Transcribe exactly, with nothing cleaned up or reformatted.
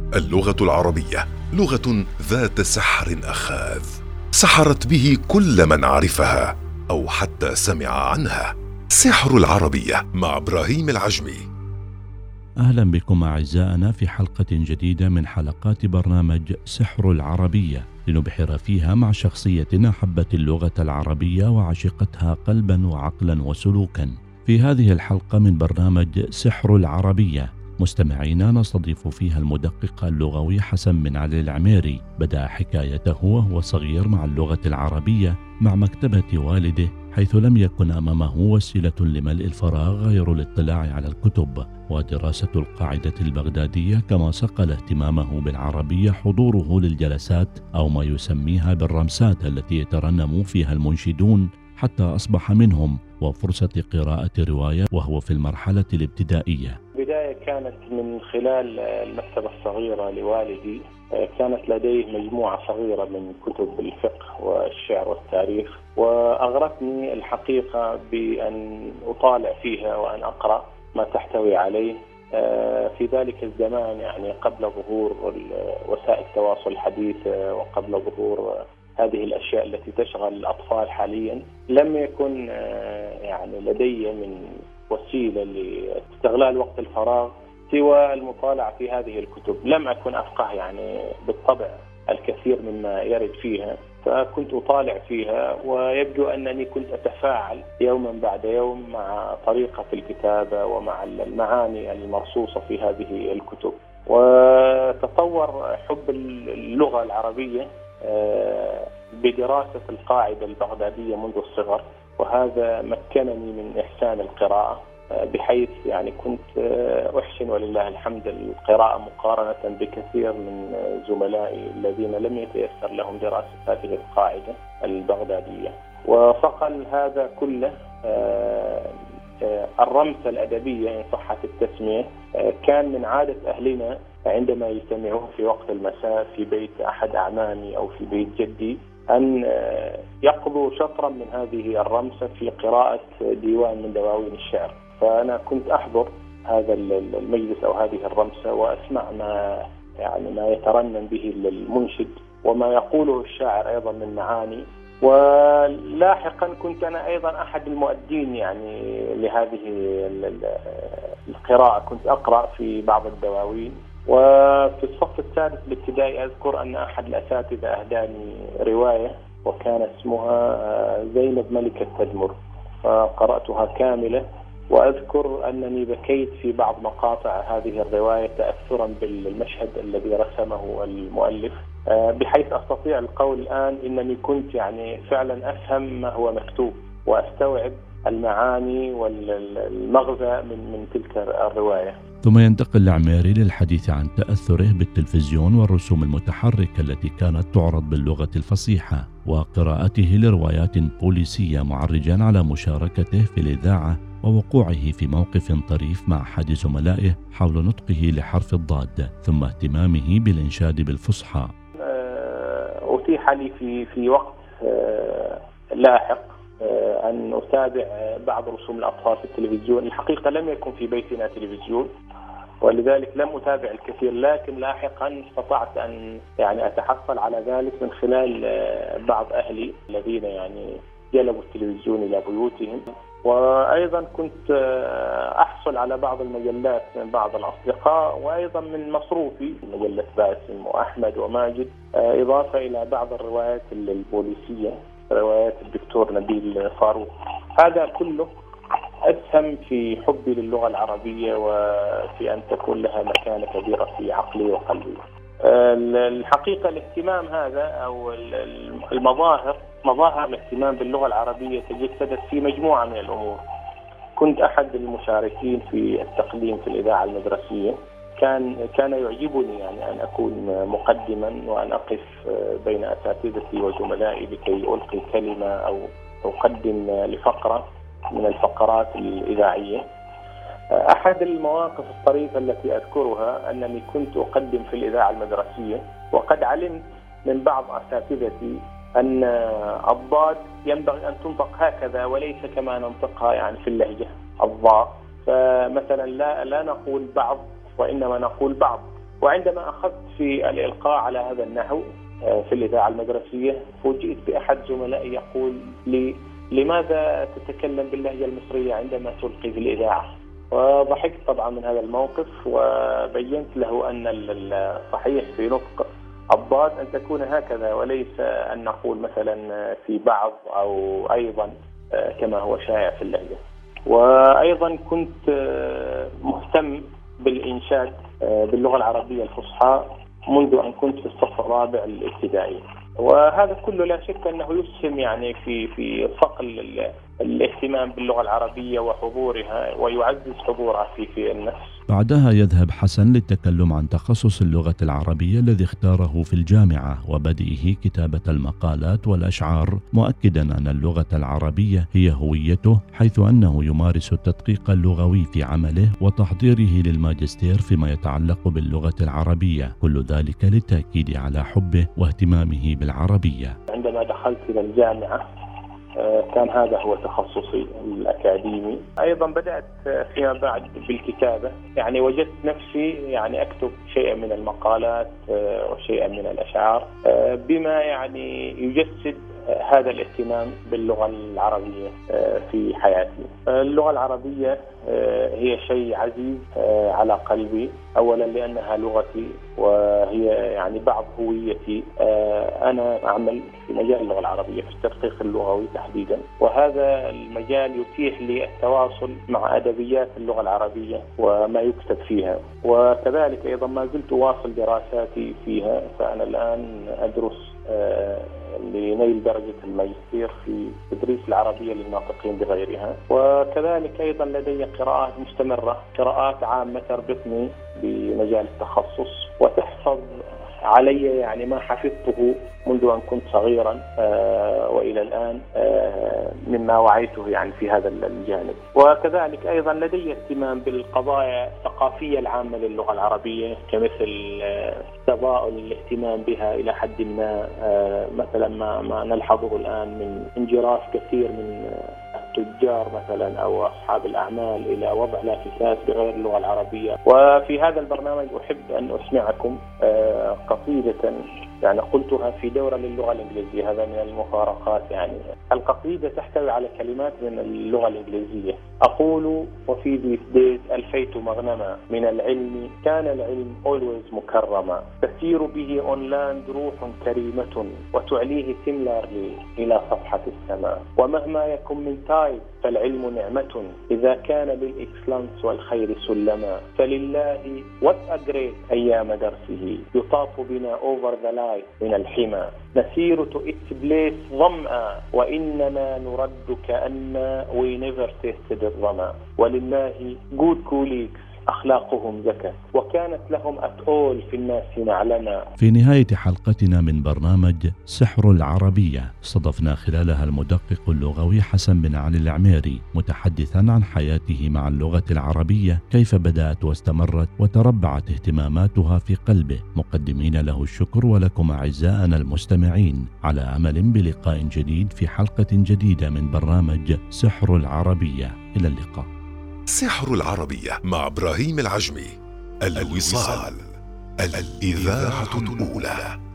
اللغة العربية لغة ذات سحر أخاذ، سحرت به كل من عرفها أو حتى سمع عنها. سحر العربية مع إبراهيم العجمي. أهلا بكم أعزائنا في حلقة جديدة من حلقات برنامج سحر العربية، لنبحر فيها مع شخصية أحبت اللغة العربية وعشقتها قلبا وعقلا وسلوكا. في هذه الحلقة من برنامج سحر العربية مستمعينا نستضيف فيها المدقق اللغوي حسن بن علي العميري. بدأ حكايته وهو صغير مع اللغة العربية مع مكتبة والده، حيث لم يكن أمامه وسيلة لملء الفراغ غير الاطلاع على الكتب ودراسة القاعدة البغدادية، كما صقل اهتمامه بالعربية حضوره للجلسات أو ما يسميها بالرمسات التي يترنم فيها المنشدون، حتى أصبح منهم وفرصة قراءة رواية وهو في المرحلة الابتدائية. البداية كانت من خلال المكتبة الصغيرة لوالدي. كانت لديه مجموعة صغيرة من كتب الفقه والشعر والتاريخ، وأغرتني الحقيقة بأن أطالع فيها وأن أقرأ ما تحتوي عليه. في ذلك الزمان يعني قبل ظهور وسائل التواصل الحديثة وقبل ظهور هذه الأشياء التي تشغل الأطفال حاليا، لم يكن يعني لدي من وسيلة لاستغلال وقت الفراغ سوى المطالعة في هذه الكتب. لم أكن أفقه يعني بالطبع الكثير مما يرد فيها، فكنت أطالع فيها، ويبدو أنني كنت أتفاعل يوما بعد يوم مع طريقة الكتابة ومع المعاني المرصوصة في هذه الكتب. وتطور حب اللغة العربية بدراسة القاعدة البغدادية منذ الصغر، وهذا مكنني من إحسان القراءة، بحيث يعني كنت أحسن ولله الحمد القراءة مقارنة بكثير من زملائي الذين لم يتيسر لهم دراسة هذه القاعدة البغدادية. وصقل هذا كله الرمسة الأدبية إن صحت التسمية. كان من عادة أهلنا عندما يجتمعون في وقت المساء في بيت أحد أعمامي أو في بيت جدي أن يقضوا شطرا من هذه الرمسة في قراءة ديوان من دواوين الشعر. فأنا كنت أحضر هذا المجلس أو هذه الرمسة وأسمع ما يعني ما يترنم به المنشد وما يقوله الشاعر أيضا من معاني. ولاحقا كنت أنا أيضا أحد المؤدين يعني لهذه القراءة، كنت أقرأ في بعض الدواوين. وفي الصف الثالث الابتدائي أذكر أن أحد الأساتذة أهداني رواية وكان اسمها زينب ملكة تدمر، فقرأتها كاملة. وأذكر أنني بكيت في بعض مقاطع هذه الرواية تأثرا بالمشهد الذي رسمه المؤلف، بحيث أستطيع القول الآن إنني كنت يعني فعلا أفهم ما هو مكتوب وأستوعب المعاني والمغزى من من تلك الرواية. ثم ينتقل العميري للحديث عن تأثره بالتلفزيون والرسوم المتحركة التي كانت تعرض باللغة الفصيحة، وقراءته لروايات بوليسية، معرجا على مشاركته في الإذاعة ووقوعه في موقف طريف مع أحد زملائه حول نطقه لحرف الضاد، ثم اهتمامه بالإنشاد بالفصحى. أتيح لي في في وقت لاحق أن أتابع بعض رسوم الأطفال في التلفزيون. الحقيقة لم يكن في بيتنا تلفزيون، ولذلك لم أتابع الكثير، لكن لاحقا استطعت أن يعني أتحصل على ذلك من خلال بعض أهلي الذين يعني جلبوا التلفزيون إلى بيوتهم. وأيضا كنت أحصل على بعض المجلات من بعض الأصدقاء، وأيضا من مصروفي مجلة باسم وأحمد وماجد، إضافة إلى بعض الروايات البوليسية، روايات الدكتور نبيل فاروق. هذا كله أسهم في حبي للغة العربية وفي أن تكون لها مكانة كبيرة في عقلي وقلبي. الحقيقة الاهتمام هذا أو المظاهر مظاهر الاهتمام باللغة العربية تجسدت في مجموعة من الأمور. كنت أحد المشاركين في التقديم في الإذاعة المدرسية. كان كان يعجبني يعني أن أكون مقدما وأن أقف بين أساتذتي وزملائي لكي ألقي كلمة أو أقدم لفقرة من الفقرات الإذاعية. أحد المواقف الطريفة التي أذكرها أنني كنت أقدم في الإذاعة المدرسية، وقد علمت من بعض أساتذتي أن الضاد ينبغي أن تنطق هكذا وليس كما ننطقها يعني في اللهجة الضاء. فمثلا لا لا نقول بعض وإنما نقول بعض، وعندما أخذت في الإلقاء على هذا النحو في الإذاعة المدرسية فوجئت بأحد زملائي يقول لي: لماذا تتكلم باللهجة المصرية عندما تلقي في الإذاعة؟ وضحكت طبعا من هذا الموقف، وبينت له أن الصحيح في نطق الضاد أن تكون هكذا، وليس أن نقول مثلا في بعض أو أيضا كما هو شائع في اللهجة. وأيضا كنت مهتم بالإنشاد باللغة العربية الفصحى منذ أن كنت في الصف الرابع الابتدائي، وهذا كله لا شك أنه يسهم يعني في في صقل الاهتمام باللغة العربية وحضورها، ويعزز حضورها في في النفس. بعدها يذهب حسن للتكلم عن تخصص اللغة العربية الذي اختاره في الجامعة وبدئه كتابة المقالات والأشعار، مؤكدا أن اللغة العربية هي هويته، حيث أنه يمارس التدقيق اللغوي في عمله وتحضيره للماجستير فيما يتعلق باللغة العربية، كل ذلك للتأكيد على حبه واهتمامه بالعربية. عندما دخلت إلى الجامعة كان هذا هو تخصصي الأكاديمي. أيضا بدأت فيما بعد بالكتابة، يعني وجدت نفسي يعني أكتب شيئا من المقالات وشيئا من الأشعار بما يعني يجسد هذا الاهتمام باللغة العربية في حياتي. اللغة العربية هي شيء عزيز على قلبي، أولا لأنها لغتي وهي يعني بعض هويتي. أنا أعمل في مجال اللغة العربية في التدقيق اللغوي تحديدا، وهذا المجال يتيح لي التواصل مع أدبيات اللغة العربية وما يكتب فيها، وكذلك أيضا ما زلت أواصل دراساتي فيها. فأنا الآن أدرس لنيل درجة الماجستير في تدريس العربية للناطقين بغيرها، وكذلك أيضا لدي قراءات مستمرة، قراءات عامة تربطني بمجال التخصص وتحفظ علي يعني ما حفظته منذ أن كنت صغيرا آه وإلى الآن آه مما وعيته يعني في هذا الجانب. وكذلك أيضا لدي اهتمام بالقضايا الثقافية العامة للغة العربية، كمثل آه تضاؤل الاهتمام بها إلى حد ما، آه مثلا ما, ما نلحظه الآن من انجراف كثير من آه التجار مثلا أو أصحاب الأعمال إلى وضع لافتات بغير اللغة العربية. وفي هذا البرنامج أحب أن أسمعكم آه قصيدة يعني قلتها في دورة للغة الإنجليزية، هذا من المفارقات. يعني القصيدة تحتوي على كلمات من اللغة الإنجليزية. أقول: وفي these days ألفيت مغنما من العلم، كان العلم always مكرما، تسير به on land روح كريمة، وتعليه similarly إلى صفحة السماء، ومهما يكن من تايب فالعلم نعمة، إذا كان للإكسلانس والخير سلما، فلله what a great أيام درسه، يطاف بنا over the line من الحمى، نسير to its place ظمأ، وإنما نرد كأن we never tasted الظمأ، ولله good colleagues أخلاقهم زكت، وكانت لهم أتول في الناس نعلما. في نهاية حلقتنا من برنامج سحر العربية استضفنا خلالها المدقق اللغوي حسن بن علي العميري، متحدثا عن حياته مع اللغة العربية، كيف بدأت واستمرت وتربعت اهتماماتها في قلبه، مقدمين له الشكر ولكم أعزائنا المستمعين، على أمل بلقاء جديد في حلقة جديدة من برنامج سحر العربية. إلى اللقاء. سحر العربية مع إبراهيم العجمي. الوصال، الإذاعة الأولى.